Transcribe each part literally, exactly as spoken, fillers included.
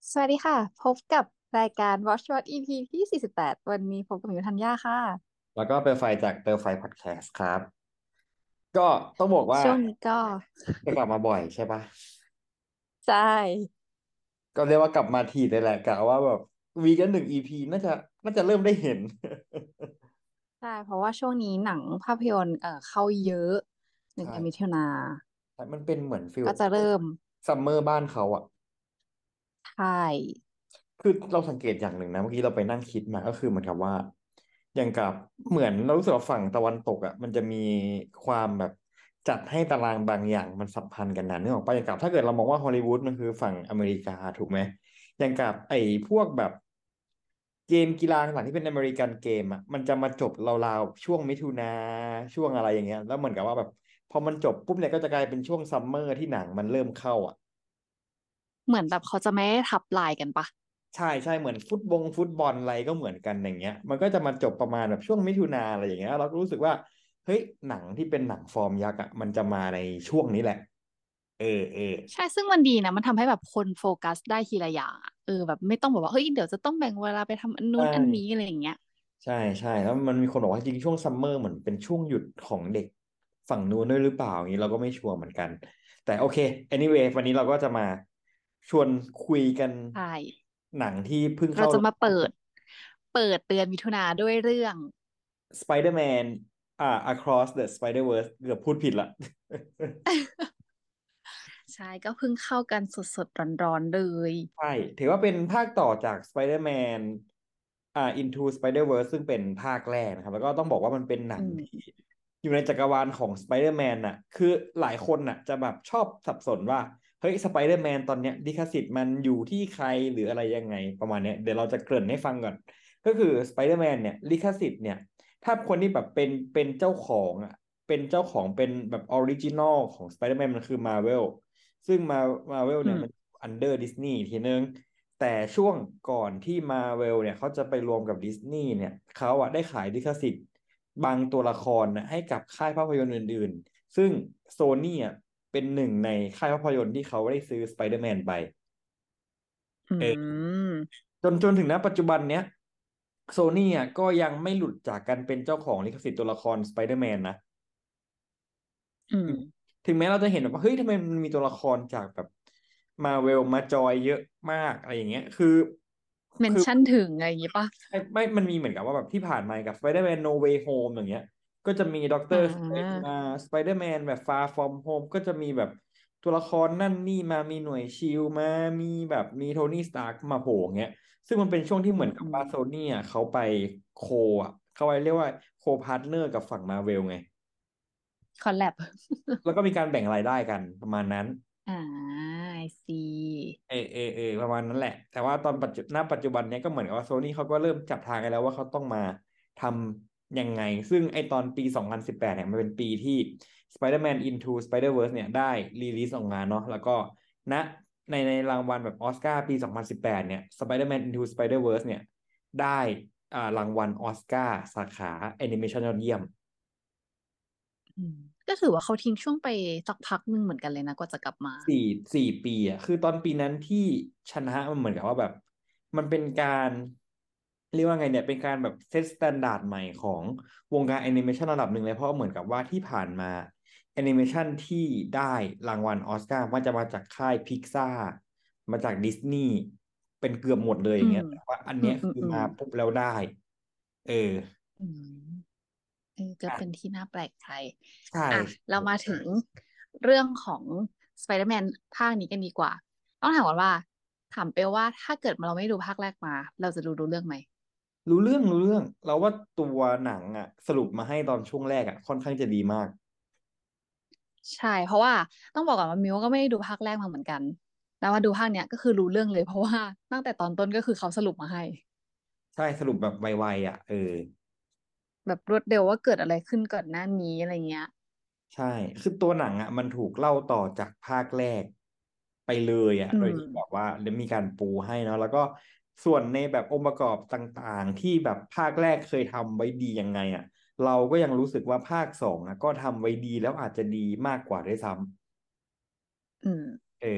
สวัสดีค่ะพบกับรายการ Watch What อี พี ที่สี่สิบแปดวันนี้พบกับมิวทัญญาค่ะแล้วก็เปลวไฟจากเปลวไฟพอดแคสต์ครับก็ต้องบอกว่าช่วงนี้ก็จะกลับมาบ่อยใช่ปะใช่ก็เรียกว่ากลับมาทีเลยแหละกะว่าแบบวีกันหนึ่งอีพีน่าจะน่าจะเริ่มได้เห็นใช่เพราะว่าช่วงนี้หนังภาพยนตร์เอ่อเข้าเยอะหนึ่งเดือนมิใช่ถุนาแต่มันเป็นเหมือนฟิลก็จะเริ่มซัมเมอร์บ้านเขาอ่ะใช่คือเราสังเกตอย่างหนึ่งนะเมื่อกี้เราไปนั่งคิดมาก็คือเหมือนกับว่าอย่างกับเหมือนเรารู้สึกว่าฝั่งตะวันตกอ่ะมันจะมีความแบบจัดให้ตารางบางอย่างมันสัมพันธ์กันนะนึกออกปะอย่างกับถ้าเกิดเรามองว่าฮอลลีวูดมันคือฝั่งอเมริกาถูกไหมอย่างกับไอ้พวกแบบ เกมกีฬาต่างๆที่เป็นอเมริกันเกมอ่ะมันจะมาจบราวๆช่วงมิถุนาช่วงอะไรอย่างเงี้ยแล้วเหมือนกับว่าแบบพอมันจบปุ๊บเนี่ยก็จะกลายเป็นช่วงซัมเมอร์ที่หนังมันเริ่มเข้าอ่ะเหมือนแบบเขาจะไม่ได้ทับลายกันปะใช่ใช่เหมือนฟุตบงฟุตบอลอะไรก็เหมือนกันอย่างเงี้ยมันก็จะมาจบประมาณแบบช่วงมิถุนาอะไรอย่างเงี้ยเราก็รู้สึกว่าเฮ้ยหนังที่เป็นหนังฟอร์มยักษ์อ่ะมันจะมาในช่วงนี้แหละเออเออใช่ซึ่งมันดีนะมันทำให้แบบคนโฟกัสได้ทีละอย่างอะเออแบบไม่ต้องแบบว่าเฮ้ยเดี๋ยวจะต้องแบ่งเวลาไปทำอันนู้ใช่นอันนี้อะไรอย่างเงี้ยใช่ใช่แล้วมันมีคนบอกว่าจริงๆช่วงซัมเมอร์เหมือนเป็นช่วงหยุดของเด็กฝั่งนู้นด้วยหรือเปล่าอย่างนี้เราก็ไม่ชัวร์เหมือนกัน แต่โอเค anyway วันนี้เราก็จะมาชวนคุยกันใช่หนังที่เพิ่งเราจะเข้าโรงมาเปิดเปิดเดือนมิถุนาด้วยเรื่อง Spider-Man อ่า Across the Spider-Verse เกือบพูดผิดละใช่ก็เพิ่งเข้ากันสดๆร้อนๆเลยใช่ถือว่าเป็นภาคต่อจาก Spider-Man อ่า Into Spider-Verse ซึ่งเป็นภาคแรกนะครับแล้วก็ต้องบอกว่ามันเป็นหนัอืงที่มอยู่ในจักรวาลของ Spider-Man น่ะคือหลายคนน่ะจะแบบชอบสับสนว่าเฮ้ย Spider-Man ตอนเนี้ยลิขสิทธิ์มันอยู่ที่ใครหรืออะไรยังไงประมาณเนี้ยเดี๋ยวเราจะเกริ่นให้ฟังก่อนก็คือ Spider-Man เนี่ยลิขสิทธิ์เนี่ยถ้าคนที่แบบเป็นเป็นเจ้าของอ่ะเป็นเจ้าของเป็นแบบออริจินอลของ Spider-Man มันคือ Marvel ซึ่งมา Marvel อืมเนี่ยมันอันเดอร์ดิสนีย์ทีนึงแต่ช่วงก่อนที่มาเวลเนี่ยเขาจะไปรวมกับดิสนีย์เนี่ยเขาอะได้ขายลิขสิทธิ์บางตัวละครนะให้กับค่ายภาพยนตร์อื่นๆซึ่งโซนี่อ่ะเป็นหนึ่งในค่ายภาพยนตร์ที่เขาได้ซื้อสไปเดอร์แมนไปอืเออมจนจนถึงณปัจจุบันเนี้ยโซนี่อ่ะก็ยังไม่หลุดจากการเป็นเจ้าของลิขสิทธิ์ตัวละครสไปเดอร์แมนนะอืมถึงแม้เราจะเห็นแบบว่าเฮ้ยทำไมมันมีตัวละครจากแบบมาเวลมาจอยเยอะมากอะไรอย่างเงี้ยคือเมนคือชั่นถึงอะไรอย่างงี้ป่ะไม่ไม่มันมีเหมือนกับว่าแบบที่ผ่านมากับ Spider-Man No Way Home อย่างเงี้ยก็จะมีด็อกเตออ่ร์สเตรนามา Spider-Man แบบ Far From Home ก็จะมีแบบตัวละครนั่นนี่มามีหน่วยชิลมามีแบบมีโทนี่สตาร์กมาโผล่อย่างเงี้ยซึ่งมันเป็นช่วงที่เหมือนกับอืมอืมว่าโซนี่อ่ะเขาไปโคอ่ะเขาไปเรียกว่าโคพาร์ทเนอร์กับฝั่งมาเวลไงคอลแลบแล้วก็มีการแบ่งรายได้กันประมาณนั้นอ่าไอซีเออเออเออประมาณนั้นแหละแต่ว่าตอนปัจจุณปัจจุบันเนี้ยก็เหมือนกับว่าโซนี่เขาก็เริ่มจับทางกันแล้วว่าเขาต้องมาทำยังไงซึ่งไอตอนปีสองพันสิบแปดเนี่ยมันเป็นปีที่ Spider-Man Into Spider-Verse เนี่ยได้รีลีสออกมาเนาะแล้วก็ณในในรางวัลแบบออสการ์ปีสองพันสิบแปดเนี่ย Spider-Man Into Spider-Verse เนี่ยได้อ่ารางวัลออสการ์สาขาแอนิเมชันยอดเยี่ยมอืมก็ถือว่าเขาทิ้งช่วงไปสักพักหนึ่งเหมือนกันเลยนะกว่าจะกลับมาสี่สี่ปีอ่ะคือตอนปีนั้นที่ชนะมันเหมือนกับว่าแบบมันเป็นการเรียกว่าไงเนี่ยเป็นการแบบเซตสแตนดาร์ดใหม่ของวงการแอนิเมชันระดับหนึ่งเลยเพราะเหมือนกับว่าที่ผ่านมาแอนิเมชันที่ได้รางวัลออสการ์มันจะมาจากค่ายพิกซ่ามาจากดิสนีย์เป็นเกือบหมดเลยออืมย่างเงี้ยแต่ว่าอันอืเนี้ยคือมอืมอืมมาปุ๊บแล้วได้เอออืมเออก็อ่ะเป็นที่น่าแปลกใจใช่อ่ะเรามาถึงเรื่องของสไปเดอร์แมนภาคนี้กันดีกว่าต้องถามก่อนว่าถามเปลว่าถ้าเกิดเราไม่ดูภาคแรกมาเราจะดูรู้เรื่องไหมรู้เรื่องรู้เรื่องเราว่าตัวหนังอ่ะสรุปมาให้ตอนช่วงแรกอ่ะค่อนข้างจะดีมากใช่เพราะว่าต้องบอกก่อนว่ามิวก็ไม่ได้ดูภาคแรกมาเหมือนกันแล้วมาดูภาคเนี้ยก็คือรู้เรื่องเลยเพราะว่าตั้งแต่ตอนต้นก็คือเขาสรุปมาให้ใช่สรุปแบบไวๆอ่ะเออแบบรวดเร็วว่าเกิดอะไรขึ้นก่อนหน้านี้อะไรเงี้ยใช่คือตัวหนังอ่ะมันถูกเล่าต่อจากภาคแรกไปเลยอ่ะอืโดยที่แบบมว่าเดี๋ยวมีการปูให้เนาะแล้วก็ส่วนในแบบองค์ประกอบต่างๆที่แบบภาคแรกเคยทำไว้ดียังไงอ่ะเราก็ยังรู้สึกว่าภาคสองอ่ะก็ทำไว้ดีแล้วอาจจะดีมากกว่าด้วยซ้ำอืมเออ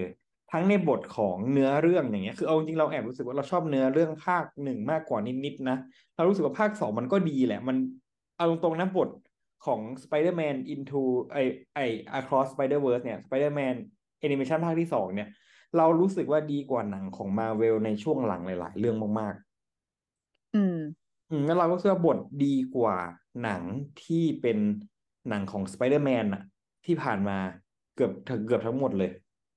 ทั้งในบทของเนื้อเรื่องอย่างเงี้ยคือเอาจริงๆเราแอบรู้สึกว่าเราชอบเนื้อเรื่องภาคหนึ่งมากกว่านิดๆนะเรารู้สึกว่าภาคสองมันก็ดีแหละมันเอาตรงๆนะบทของ Spider-Man Into ไอไอ Across Spider-Verse เนี่ย Spider-Man Animation ภาคที่สองเนี่ยเรารู้สึกว่าดีกว่าหนังของ Marvel ในช่วงหลังหลายๆเรื่องมากอืมๆอืมแล้วเราก็รู้สึกว่าบทดีกว่าหนังที่เป็นหนังของ Spider-Man อะที่ผ่านมาเกือบเกือบทั้งหมดเลย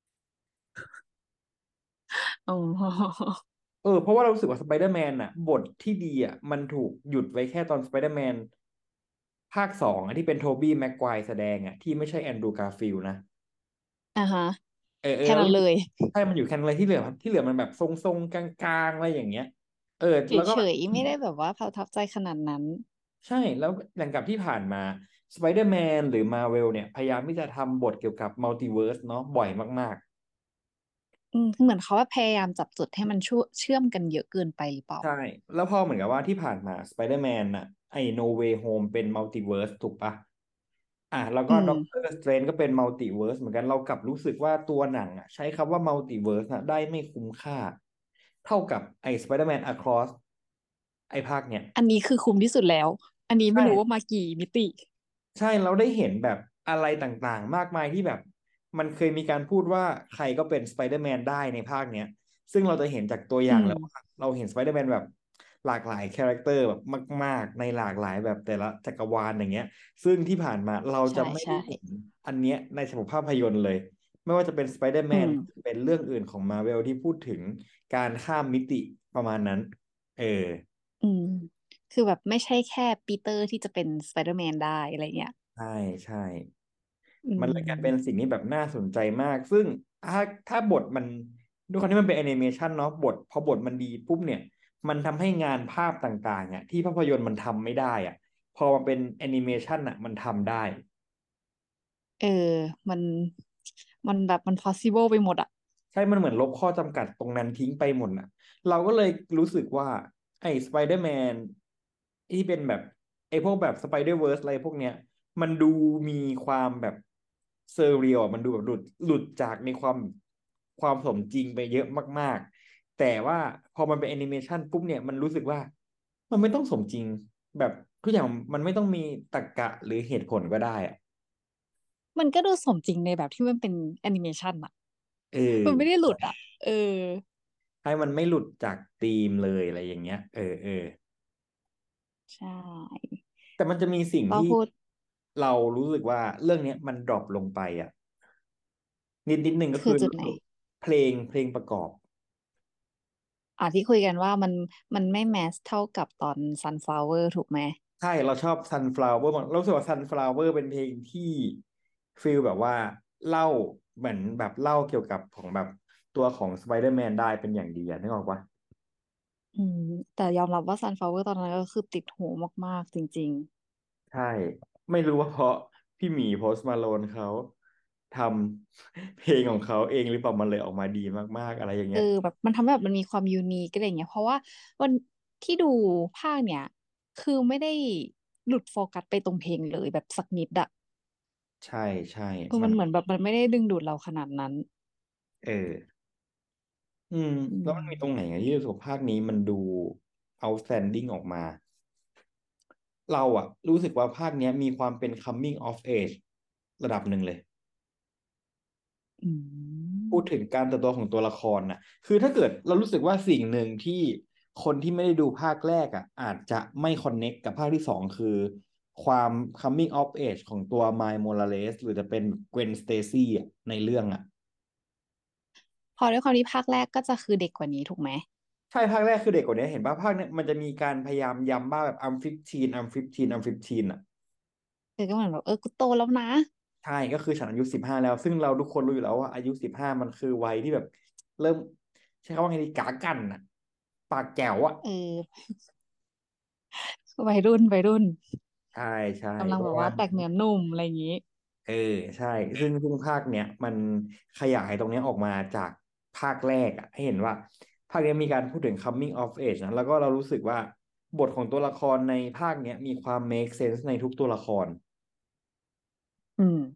อ๋อเออเพราะว่าเรารู้สึกว่าสไปเดอร์แมนอะบทที่ดีอะมันถูกหยุดไว้แค่ตอนสไปเดอร์แมนภาคสองอะที่เป็นโทบี้แม็กไกวร์แสดงอะที่ไม่ใช่แอนดรูการ์ฟิลด์นะอ่าฮะเออเออแค่เรารู้สึกนั้นเลยใช่มันอยู่แค่นั้นเลยที่เหลือที่เหลือมันแบบทรงๆกลางๆอะไรอย่างเงี้ยเออเแล้วก็ฉยๆไม่ได้แบบว่าประทับใจขนาดนั้นใช่แล้วอย่างกับที่ผ่านมาสไปเดอร์แมนหรือมาเวลเนี่ยพยายามที่จะทำบทเกี่ยวกับมัลติเวิร์สเนาะบ่อยมากอืมคือเหมือนเขาว่าพยายามจับจุดให้มันชั่วเชื่อมกันเยอะเกินไปหรือเปล่าใช่แล้วพอเหมือนกับว่าที่ผ่านมาสไปเดอร์แมนน่ะไอ้โนเว y โฮมเป็นมัลติเวิร์สถูกปะอ่ะแล้วก็อืมด็อกเตอร์สเตรนก็เป็นมัลติเวิร์สเหมือนกันเรากลับรู้สึกว่าตัวหนังอ่ะใช้คำว่ามัลติเวิร์สน่ะได้ไม่คุ้มค่าเท่ากับไอ้สไปเดอร์แมนอะครอสไอ้ภาคเนี้ยอันนี้คือคุ้มที่สุดแล้วอันนี้ใช่ไม่รู้ว่ามากี่มิติใช่เราได้เห็นแบบอะไรต่างๆมากมายที่แบบมันเคยมีการพูดว่าใครก็เป็นสไปเดอร์แมนได้ในภาคเนี้ยซึ่งเราจะเห็นจากตัวออืมย่างแล้วว่าเราเห็นสไปเดอร์แมนแบบหลากหลายคาแรคเตอร์แบบมากๆในหลากหลายแบบแต่ละจักรวาลอย่างเงี้ยซึ่งที่ผ่านมาเราจะใช่ไม่ได้ใช่เห็นอันเนี้ยในฉบับภาพยนตร์เลยไม่ว่าจะเป็นสไปเดอร์แมนอืมเป็นเรื่องอื่นของมาเวลที่พูดถึงการข้ามมิติประมาณนั้นเอออืมคือแบบไม่ใช่แค่ปีเตอร์ที่จะเป็นสไปเดอร์แมนได้อะไรเงี้ยใช่ใช่อืมันเลยกลายเป็นมสิ่งที่แบบน่าสนใจมาก ซึ่งถ้าถ้าบทมันด้วยความที่มันเป็นแอนิเมชันเนาะบทพอบทมันดีปุ๊บเนี่ยมันทำให้งานภาพต่างๆอ่ะที่ภาพยนตร์มันทำไม่ได้อ่ะพอมาเป็นแอนิเมชันอ่ะมันทำได้เออมันมันแบบมัน possible ไปหมดอ่ะใช่มันเหมือนลบข้อจำกัดตรงนั้นทิ้งไปหมดน่ะเราก็เลยรู้สึกว่าไอ้สไปเดอร์แมนที่เป็นแบบไอ้พวกแบบสไปเดอร์เวิร์สอะไรพวกเนี้ยมันดูมีความแบบเซอร์เรียลมันดูแบบหลุดหลุดจากในความความสมจริงไปเยอะมากๆแต่ว่าพอมันเป็นแอนิเมชันปุ๊บเนี่ยมันรู้สึกว่ามันไม่ต้องสมจริงแบบทุกอย่างมันไม่ต้องมีตรรกะหรือเหตุผลก็ได้อะมันก็ดูสมจริงในแบบที่มันเป็นแอนิเมชันอ่ะเอมันไม่ได้หลุอดอ่ะเออให้มันไม่หลุดจากธีมเลยอะไรอย่างเงี้ยเออเออใช่แต่มันจะมีสิ่งที่ก็พูดเรารู้สึกว่าเรื่องเนี้ยมันดรอปลงไปอ่ะนิดนิดหนึ่งก็คือคือจุดไหนเพลงเพลงประกอบอ่าที่คุยกันว่ามันมันไม่แมสเท่ากับตอน Sunflower ถูกไหมใช่เราชอบ Sunflower มากเรารู้สึกว่า Sunflower เป็นเพลงที่ฟีลแบบว่าเล่าเหมือนแบบเล่าเกี่ยวกับของแบบตัวของ Spider-Man ได้เป็นอย่างดีอะนึกออกปะอืมแต่ยอมรับว่า Sunflower ตอนนั้นก็คือติดหูมากๆจริงใช่ไม่รู้ว่าเพราะพี่หมีโพสต์มาโลนเขาทำเพลงของเขาเองหรือเปล่ามันเลยออกมาดีมากๆอะไรอย่างๆเออเงี้ยแบบมันทำให้แบบมันมีความยูนิคอะไรอย่างเงี้ยเพราะว่าวันที่ดูภาคเนี้ยคือไม่ได้หลุดโฟกัสไปตรงเพลงเลยแบบสักนิดอะใช่ใช่เออมันมันเหมือนแบบมันไม่ได้ดึงดูดเราขนาดนั้นเออ อืมอืแล้วมันมีตรงไหนมอะที่รู้สึกว่าภาคนี้มันดู outstanding ออกมาเราอะรู้สึกว่าภาคเนี้ยมีความเป็น coming of age ระดับหนึ่งเลยอืพูดถึงมการเติบโตของตัวละครน่ะคือถ้าเกิดเรารู้สึกว่าสิ่งหนึ่งที่คนที่ไม่ได้ดูภาคแรกอะอาจจะไม่ connect กับภาคที่สองคือความ coming of age ของตัว Miles Morales หรือจะเป็น Gwen Stacy อะในเรื่องอะพอด้วยความที่ภาคแรกก็จะคือเด็กกว่านี้ถูกไหมใช่ภาคแรกคือเด็กกว่านี้เห็นป่ะภาคเนี้ยมันจะมีการพยายามย้ำบ้างแบบ I'm fifteen I'm fifteen I'm fifteen อ่ะเออก็เหมือนแบบเออกูโตแล้วนะใช่ก็คือฉันอายุสิบห้าแล้วซึ่งเราทุกคนรู้อยู่แล้วว่าอายุสิบห้ามันคือวัยที่แบบเริ่มใช้คำว่าไงดีกากันอ่ะปากแจ๋วอ่ะเออวัยรุ่นวัยรุ่นใช่ใช่กำลังประมาณแบบว่าแตกเนื้อนุ่มอะไรอย่างนี้เออใช่ซึ่งซึ่งภาคเนี้ยมันขยายตรงเนี้ยออกมาจากภาคแรกอะให้เห็นว่าภาคเนี้ยมีการพูดถึง coming of age นะแล้วก็เรารู้สึกว่าบทของตัวละครในภาคเนี้ยมีความ make sense ในทุกตัวละครอืม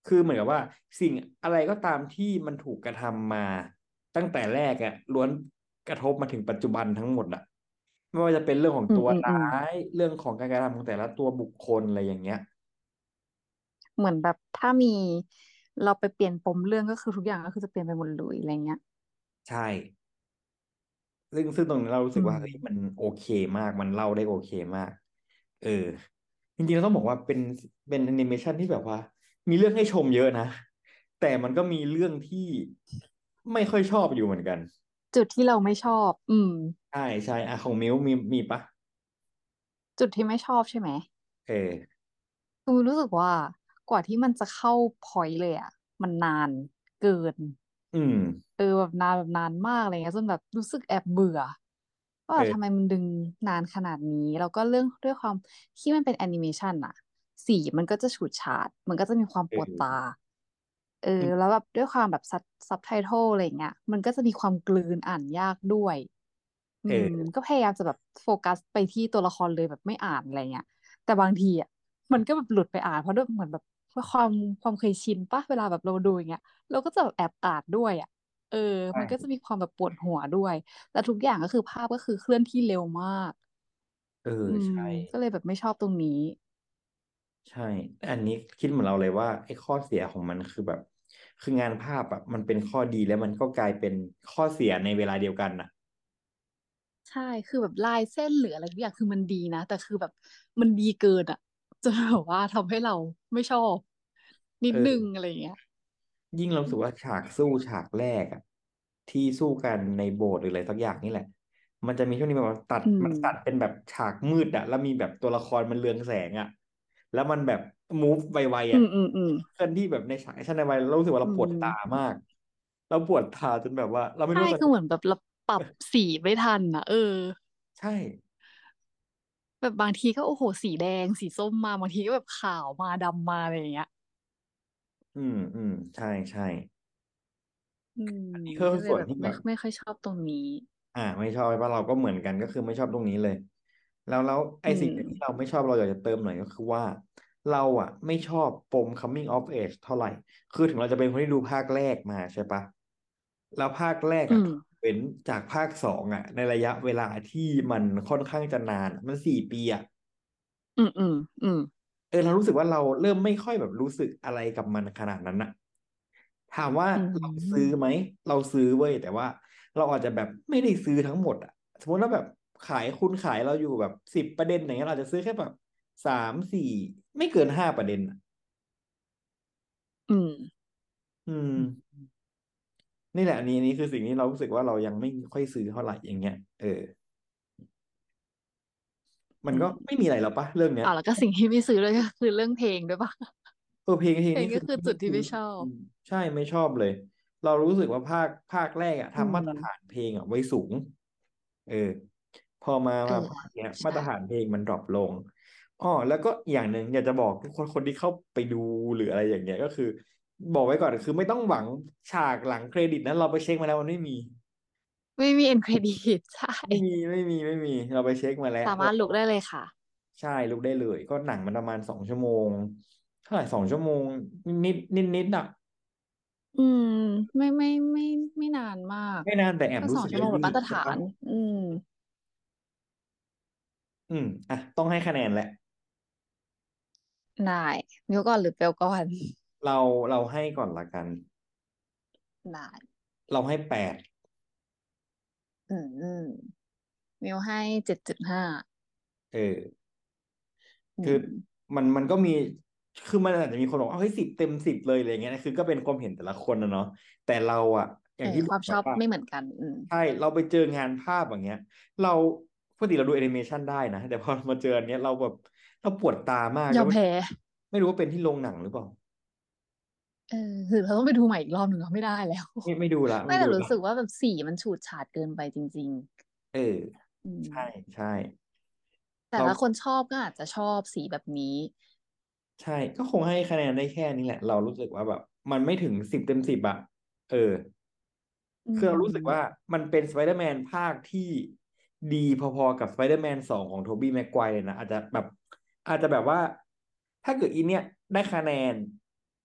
คือเหมือนกับว่าสิ่งอะไรก็ตามที่มันถูกกระทำมาตั้งแต่แรกอะล้วนกระทบมาถึงปัจจุบันทั้งหมดอะไม่ว่าจะเป็นเรื่องของอืตัวร้ามอืมอืมยเรื่องของการกระทำของแต่ละตัวบุคคลอะไรอย่างเงี้ยเหมือนแบบถ้ามีเราไปเปลี่ยนปมเรื่องก็คือทุกอย่างก็คือจะเปลี่ยนไปหมดเลยอะไรเงี้ยใช่ซึ่งซึ่งตรงนี้เรารู้สึอืกว่าเฮ้ยมันมโอเคมากมันเล่าได้โอเคมากเออจริงๆเราต้องบอกว่าเป็นเป็นแอนิเมชันที่แบบว่ามีเรื่องให้ชมเยอะนะแต่มันก็มีเรื่องที่ไม่ค่อยชอบอยู่เหมือนกันจุดที่เราไม่ชอบอืมใช่ใช่อะของมิวมีมีปะจุดที่ไม่ชอบใช่ไหมเออคือรู้สึกว่ากว่าที่มันจะเข้าพอยต์เลยอ่ะมันนานเกินอืมเออแบบนานแบบนานมากอะไรเงี้ยจนแบบรู้สึกแอบเบื่อว่าแบบทำไมเออมันดึงนานขนาดนี้แล้วก็เรื่องด้วยความที่มันเป็นแอนิเมชันอะสีมันก็จะฉูดฉาดมันก็จะมีความเปวดตาออเอออืมแล้วแบบด้วยความแบบซับซับไตเติลอะไรเงี้ยมันก็จะมีความกลืนอ่านยากด้วยอืมเออก็พยายามจะแบบโฟกัสไปที่ตัวละครเลยแบบไม่อ่านอะไรเงี้ยแต่บางทีอ่ะ มันก็แบบหลุดไปอ่านเพราะด้วยเหมือนแบบความความเคยชินปะเวลาแบบเราดูอย่างเงี้ยเราก็จะแบบแอบอ่านด้วยอ่ะเออมันก็จะใช่มีความแบบปวดหัวด้วยแต่ทุกอย่างก็คือภาพก็คือเคลื่อนที่เร็วมากเอออืมใช่ก็เลยแบบไม่ชอบตรงนี้ใช่อันนี้คิดเหมือนเราเลยว่าไอ้ข้อเสียของมันคือแบบคืองานภาพอ่ะมันเป็นข้อดีแล้วมันก็กลายเป็นข้อเสียในเวลาเดียวกันอ่ะใช่คือแบบลายเส้นหรืออะไรทุกอย่างคือมันดีนะแต่คือแบบมันดีเกินอ่ะจนแบบว่าทำให้เราไม่ชอบนิดนึงเอออะไรอย่างเงี้ยยิ่งเรารู้สึกว่าฉากสู้ฉากแรกอะที่สู้กันในโบสถ์หรืออะไรสักอย่างนี่แหละมันจะมีช่วงนี้แบบว่าตัดอืมมันตัดเป็นแบบฉากมืดอะแล้วมีแบบตัวละครมันเรืองแสงอะแล้วมันแบบ มูฟ ไวๆอือะมอืมอืมเคลื่อนที่แบบในฉากแอคชั่นไวๆเรารู้สึกว่าอืเราปวดตามมากเราปวดตาจนแบบว่าเราไม่ใช่รู้ว่าตอนนี้คือเหมือนแบบเราปรับสีไม่ทันอ่ะเออใช่แบบบางทีก็โอ้โหสีแดงสีส้มมาบางทีก็แบบขาวมาดำมาอะไรอย่างเงี้ยอืมอืมใช่ใช่อืมนี่คือก็เลยแบบไม่ส่วนที่แบบไม่ค่อยชอบตรงนี้อ่าไม่ชอบป่ะเราก็เหมือนกันก็คือไม่ชอบตรงนี้เลยแล้วแล้วไอ้อืสิ่งหนึ่งที่เรามไม่ชอบเราอยากจะเติมหน่อยก็คือว่าเราอ่ะไม่ชอบปม coming of age เท่าไหร่คือถึงเราจะเป็นคนที่ดูภาคแรกมาใช่ปะแล้วภาคแรกอืมอ่ะเป็นจากภาคสองอ่ะในระยะเวลาที่มันค่อนข้างจะนานมันสี่ปีอ่ะอืมอืมอืมเออเรารู้สึกว่าเราเริ่มไม่ค่อยแบบรู้สึกอะไรกับมันขนาดนั้นอะถามว่าอืเราซื้อมไหมเราซื้อเว้ยแต่ว่าเราอาจจะแบบไม่ได้ซื้อทั้งหมดอะสมมติว่าแบบขายคุณขายเราอยู่แบบสิบประเด็นอย่างเงี้ยเราอาจจะซื้อแค่แบบสามสี่ไม่เกินห้าประเด็นอะอืมอืมนี่แหละอันนี้อันนี้คือสิ่งที่เรารู้สึกว่าเรายังไม่ค่อยซื้อเท่าไหร่อย่างเงี้ยเออมันก็อืมไม่มีอะไรแล้วปะเรื่องเนี้ยอ่าแล้วก็สิ่งที่ไม่ซื้อเลยก็คือเรื่องเพลงด้วยปะเออเพลงเพลเพลงงนี่คือก็คือจุดที่ไม่ซื้อไม่ชอบใช่ไม่ชอบเลยเรารู้สึกว่าภาคภาคแรกอะอืทำมาตรฐานมเพลงอะไว้สูงเออพอมาเออมาภาคเนี้ยมาตใช่รฐานเพลงมันดรอปลงอ๋อแล้วก็อย่างหนึ่งอยากจะบอกทุกคนคนที่เข้าไปดูหรืออะไรอย่างเงี้ยก็คือบอกไว้ก่อนคือไม่ต้องหวังฉากหลังเครดิตนั้นเราไปเช็คมาแล้วมันไม่มีไม่มีเอ็นเครดิตใช่ไม่มีไม่มีไม่มีเราไปเช็คมาแล้วสามารถลุเราก็กได้เลยค่ะใช่ลุกได้เลยก็หนังมันประมาณสองชั่วโมงเท่าไหร่สองชั่วโมงนิดนิดนิดๆอะอืมไม่ไม่ไม่ไม่นานมากไม่นานแต่แอบก็สองรู้สึกว่ายืชั่วโมงแบบมาดใช่ปะตรฐานอืมอืมอ่ะต้องให้คะแนนแหละได้มิวก่อนหรือเปลก่อนเราเราให้ก่อนละกันได้เราให้แปดอืมอืมมิวให้เจ็ดจุดห้าเอออืคือมมันมันก็มีคือมันอาจจะมีคนบอกว่าเฮ้ยสิบเต็มสิบเลยอะไรเงี้ยคือก็เป็นความเห็นแต่ละคนนะเนาะแต่เราอะอย่าเองที่อความชอบบอกแบบว่าไม่เหมือนกันอืมใช่เราไปเจองานภาพอย่างเงี้ยเราปกติเราดูแอนิเมชันได้นะแต่พอมาเจออันเนี้ยเราแบบเราปวดตามากแล้วไม่ยอมแพ้ไม่รู้ว่าเป็นที่โรงหนังหรือเปล่าเออคือเราต้องไปดูใหม่อีกรอบหนึ่งก็ไม่ได้แล้วไม่ไม่ดูละไม่แต่ไม่ดูละรู้สึกว่าแบบสีมันฉูดฉาดเกินไปจริงเออๆอืมใช่ใช่แต่เราถ้าคนชอบก็อาจจะชอบสีแบบนี้ใช่ก็คงให้คะแนนได้แค่นี้แหละเรารู้สึกว่าแบบมันไม่ถึงสิบเต็มสิบอะเอออืคือเรารู้สึกว่ามมันเป็นสไปเดอร์แมนภาคที่ดีพอๆกับสไปเดอร์แมนสองของโทบี้แม็กไกวร์เลยนะอาจจะแบบอาจจะแบบว่าถ้าเกิดอีเนี้ยได้คะแนน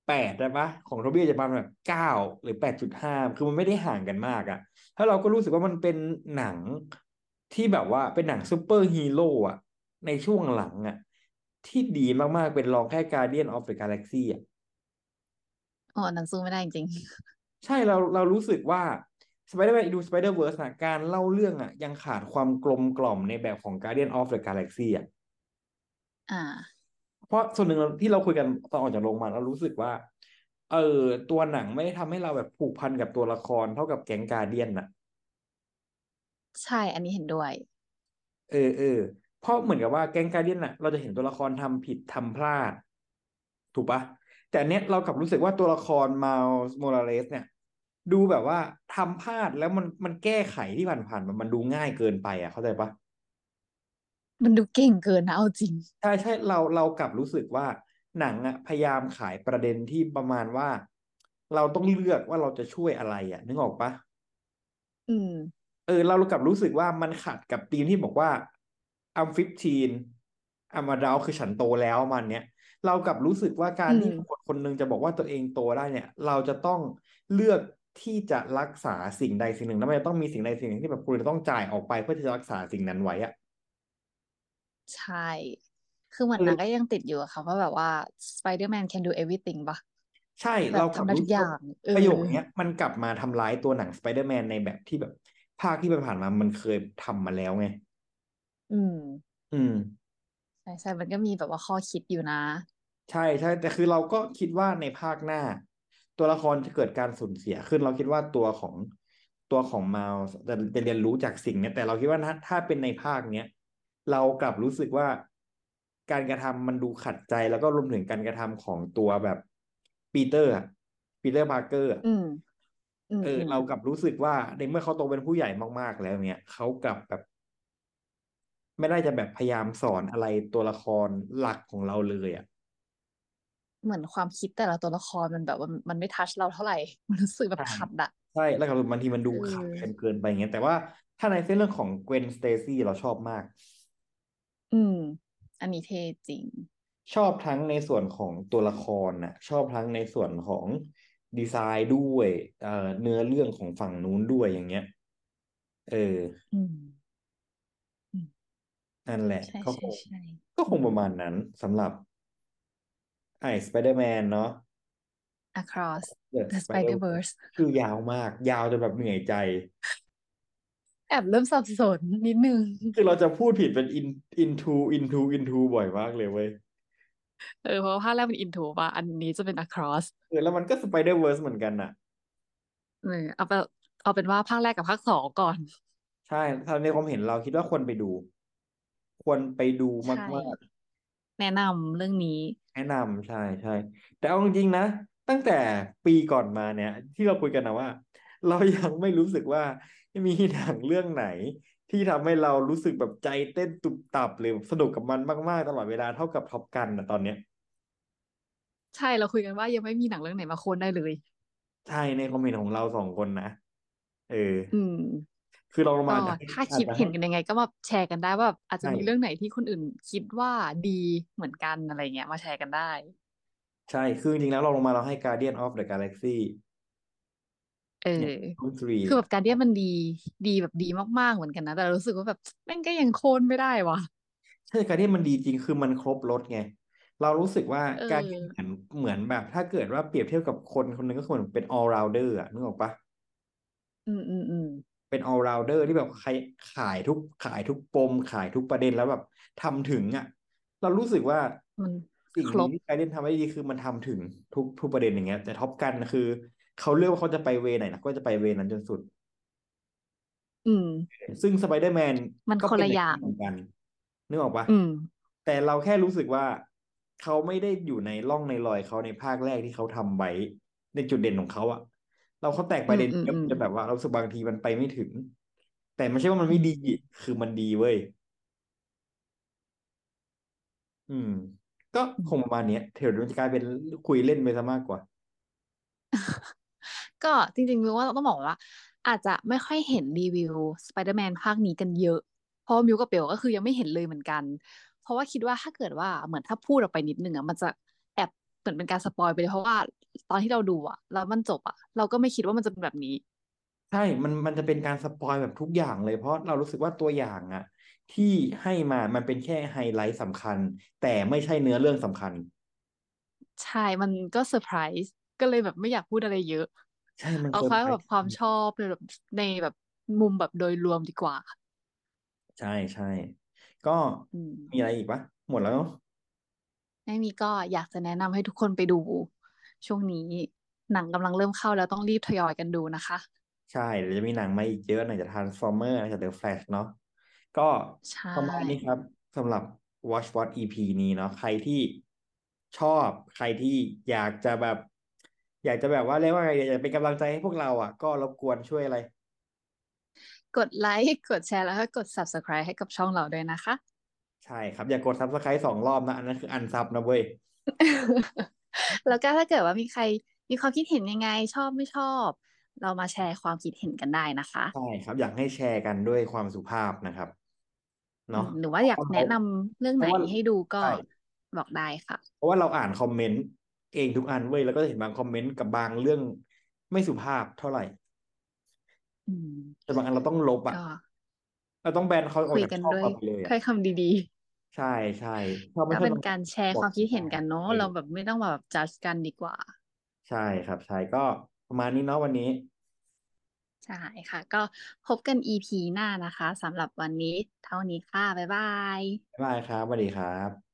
แปดได้ปะของโทบี้จะประมาณแบบเก้าหรือแปดจุดห้าคือมันไม่ได้ห่างกันมากอะถ้าเราก็รู้สึกว่ามันเป็นหนังที่แบบว่าเป็นหนังซูเปอร์ฮีโร่อะในช่วงหลังอะที่ดีมากๆเป็นรองแค่ Guardian of the Galaxy อะอ๋ออันนั้นสู้ไม่ได้จริงใช่เราเรารู้สึกว่า Spider-Man Into Spider-Verse นะการเล่าเรื่องอ่ะยังขาดความกลมกล่อมในแบบของ Guardian of the Galaxy อ่ะๆอ่าเพราะส่วนหนึ่งที่เราคุยกันตอนออกจากโรงมาเรารู้สึกว่าเออตัวหนังไม่ได้ทำให้เราแบบผูกพันกับตัวละครเท่ากับแก๊งการเดียนน่ะใช่อันนี้เห็นด้วยเออเออเพราะเหมือนกับว่าแก๊งการเดียนน่ะเราจะเห็นตัวละครทำผิดทำพลาดถูกปะแต่อันเนี้ยเรากลับรู้สึกว่าตัวละครมาลส์โมราเลสเนี่ยดูแบบว่าทำพลาดแล้วมันมันแก้ไขที่ผ่านๆมันมันดูง่ายเกินไปอ่ะเข้าใจปะมันดูเก่งเกินนะเอาจริงใช่ใช่เราเรากลับรู้สึกว่าหนังอะพยายามขายประเด็นที่ประมาณว่าเราต้องเลือกว่าเราจะช่วยอะไรอะนึกออกปะอืมเออเรากลับรู้สึกว่ามันขัดกับธีมที่บอกว่า I'm fifteen I'm adult คือฉันโตแล้วมันเนี้ยเรากลับรู้สึกว่าการอืที่คนมคนหนึงจะบอกว่าตัวเองโตได้เนี่ยเราจะต้องเลือกที่จะรักษาสิ่งใดสิ่งหนึ่งแล้วมันจะต้องมีสิ่งใดสิ่งหนึ่งที่แบบคุณจะต้องจ่ายออกไปเพื่อที่จะรักษาสิ่งนั้นไว้อะใช่คือเหมือนนางก็ยังติดอยู่อะค่ะว่าแบบว่า Spider-Man can do everything ปะใช่เรากลับแบบทำได้รู้สึกว่าทุกอย่างเออประโยคเนี้ยมันกลับมาทำร้ายตัวหนังสไปเดอร์แมนในแบบที่แบบภาคที่ผ่านๆมามันเคยทำมาแล้วไงอืมอืมใช่ใช่มันก็มีแบบว่าข้อคิดอยู่นะใช่ใช่แต่คือเราก็คิดว่าในภาคหน้าตัวละครจะเกิดการสูญเสียขึ้นเราคิดว่าตัวของตัวของมาลส์จะจะเรียนรู้จากสิ่งเนี้ยแต่เราคิดว่าถ้าถ้าเป็นในภาคเนี้ยเรากลับรู้สึกว่าการกระทำมันดูขัดใจแล้วก็รวมถึงการกระทำของตัวแบบปีเตอร์อะปีเตอร์พาร์เกอร์อืมอืเออมอืมเรากลับรู้สึกว่าในเมื่อเขาโตเป็นผู้ใหญ่มากๆแล้วเนี่ยเขากลับแบบไม่ได้จะแบบพยายามสอนอะไรตัวละครหลักของเราเลยอ่ะเหมือนความคิดแต่ละตัวละครมันแบบว่ามันไม่ทัชเราเท่าไหร่มันรู้สึกแบบใช่ขัดอะใช่แล้วก็บางทีมันดูเอขัดกันอเกินไปอย่างเงี้ยแต่ว่าถ้าในเส้นเรื่องของเกวนสเตซี่เราชอบมากอืมอันนี้เท่จริงชอบทั้งในส่วนของตัวละครน่ะชอบทั้งในส่วนของดีไซน์ด้วยเอ่อเนื้อเรื่องของฝั่งนู้นด้วยอย่างเงี้ยเอออืมอืมนั่นแหละใช่ก็คงใช่ใช่ก็คอืมงประมาณนั้นสำหรับไอ้สไปเดอร์แมนเนาะ across เดอะ the สไปเดอร์ Spider-Verse ชื่อยาวมากยาวจนแบบเหนื่อยใจแอบเริ่มสับสนนิดนึงคือเราจะพูดผิดเป็น in into into into บ่อยมากเลยเว้ยเออเพราะว่าภาคแรกเป็น into ป่ะอันนี้จะเป็น across เออแล้วมันก็สไปเดอร์เวิร์สเหมือนกันน่ะเออเอาไปเอาเป็นว่าภาคแรกกับภาคสองก่อนใช่ถ้าในความเห็นเราคิดว่าควรไปดูควรไปดูใช่มากแนะนำเรื่องนี้ๆแนะนำใช่ใช่แต่เอาจริงๆนะตั้งแต่ปีก่อนมาเนี่ยที่เราคุยกันนะว่าเรายังไม่รู้สึกว่ามีหนังเรื่องไหนที่ทำให้เรารู้สึกแบบใจเต้นตุบตับหรือสนุกกับมันมากๆตลอดเวลาเท่ากับท็อปกันนะตอนเนี้ยใช่เราคุยกันว่ายังไม่มีหนังเรื่องไหนมาโค่นได้เลยใช่ในคอมเมนต์ของเราสองคนนะเอออืมคือเราก็มาจะให้ถ้าอาจจะให้คิดเห็นกันยังไงก็มาแชร์กันได้ว่าอาจจะใช่มีเรื่องไหนที่คนอื่นคิดว่าดีเหมือนกันอะไรเงี้ยมาแชร์กันได้ใช่คือจริงๆแล้วเราลงมาเราให้ Guardian of the Galaxy เออเนี่ยรุ่นทรีคือแบบการเดียนมันดีดีแบบดีมากๆเหมือนกันนะแต่เรารู้สึกว่าแบบแม่งก็ยังโค่นไม่ได้วะใช่ Guardian มันดีจริงคือมันครบรสไงเรารู้สึกว่าเ Guardian เหออมือนเหมือนแบบถ้าเกิดว่าเปรียบเทียบกับคนคนหนึงก็คือเหมือนเป็น all rounder อะนึกออกปะอืมอืมอืมเป็น all rounder ที่แบบใครขายทุกขายทุกปมขายทุกประเด็นแล้วแบบทำถึงอ่ะเรารู้สึกว่ามันสิ่งครบนี้ที่ไกเดนทำได้ดีคือมันทำถึงทุกทุกประเด็นอย่างเงี้ยแต่ท็อปกันคือเขาเลือกว่าเขาจะไปเวไหนนะก็จะไปเวนั้นจนสุดอืมซึ่งสไปเดอร์แมนมันก็เป็นอย่างคนละอย่างนี้เหมือนกันนึกออกปะอืมแต่เราแค่รู้สึกว่าเขาไม่ได้อยู่ในร่องในรอยเขาในภาคแรกที่เขาทำไว้ในจุดเด่นของเขาอะเราเขาแตกปอืระเด็นเยอะมอืมอืมจนแบบว่าเรารู้สึกบางทีมันไปไม่ถึง แต่ไม่ใช่ว่ามันอืไม่ดีมคือมันดีเว้ยอืมก็อืมคงประมาณเนี้ยเทวดมันจะกลายเป็นคุยเล่นไปซะมากกว่าก็จริงๆมิวว่าต้องบอกว่าอาจจะไม่ค่อยเห็นรีวิวสไปเดอร์แมนภาคนี้กันเยอะเพราะว่ามิวกับเบลก็คือยังไม่เห็นเลยเหมือนกันเพราะว่าคิดว่าถ้าเกิดว่าเหมือนถ้าพูดออกไปนิดนึงอ่ะมันจะแอบเหมือนเป็นการสปอยไปเลยเพราะว่าตอนที่เราดูอะแล้วมันจบอะเราก็ไม่คิดว่ามันจะเป็นแบบนี้ใช่มันมันจะเป็นการสปอยแบบทุกอย่างเลยเพราะเรารู้สึกว่าตัวอย่างอะที่ให้มามันเป็นแค่ไฮไลท์สำคัญแต่ไม่ใช่เนื้อเรื่องสำคัญใช่มันก็เซอร์ไพรส์ก็เลยแบบไม่อยากพูดอะไรเยอะใช่มันเอาแค่เซอร์ไพรส์แบบความชอบในแบบในแบบมุมแบบโดยรวมดีกว่าใช่ใช่ก็อืมมีอะไรอีกปะหมดแล้วเนาะไม่มีก็อยากจะแนะนำให้ทุกคนไปดูช่วงนี้หนังกำลังเริ่มเข้าแล้วต้องรีบทยอยกันดูนะคะใช่เดี๋ยวจะมีหนังมาอีกเยอะหนังจาก Transformer หนังจาก The Flash เนาะก็ใชประมาณนี้ครั่บสำหรับ Watch What อี พี นี้เนาะใครที่ชอบใครที่อยากจะแบบอยากจะแบบว่าเรียกว่าไงอยากจะเป็นกำลังใจให้พวกเราอ่ะก็รบกวนช่วยอะไรกดไลค์กดแชร์แล้วก็กด ซับสไครบ์ ให้กับช่องเราด้วยนะคะใช่ครับอย่ากด Subscribe สองรอบนะอันนั้นคืออันซับนะเว้ยแล้วก็ถ้าเกิดว่ามีใครมีความคิดเห็นยังไงชอบไม่ชอบเรามาแชร์ความคิดเห็นกันได้นะคะใช่ครับอยากให้แชร์กันด้วยความสุภาพนะครับเนาะอืมหรือเพว่าอยากราะว่าเราแนะนำเรื่องไหนเพราะว่าให้ดูก็ใช่บอกได้ค่ะเพราะว่าเราอ่านคอมเมนต์เองทุกอันเว้ยแล้วก็จะเห็นบางคอมเมนต์กับบางเรื่องไม่สุภาพเท่าไหร่อืมแต่บางอันเราต้องลบอ่ะก็เราต้องแบนเขาออกจากช่องคุยกันด้วยเราไปเลยอ่ะถ้อยคำดีใช่ใช่ชอบๆก็เป็นไม่ชอบตรงไหนการแชร์บอกความคิดได้เห็นกันเนาะเออเราแบบไม่ต้องแบบจัดกันดีกว่าใช่ครับใช่ก็ประมาณนี้เนาะวันนี้ใช่ค่ะก็พบกัน อี พี หน้านะคะสำหรับวันนี้เท่านี้ค่ะบ๊ายบายบ๊ายบายครับสวัสดีครับ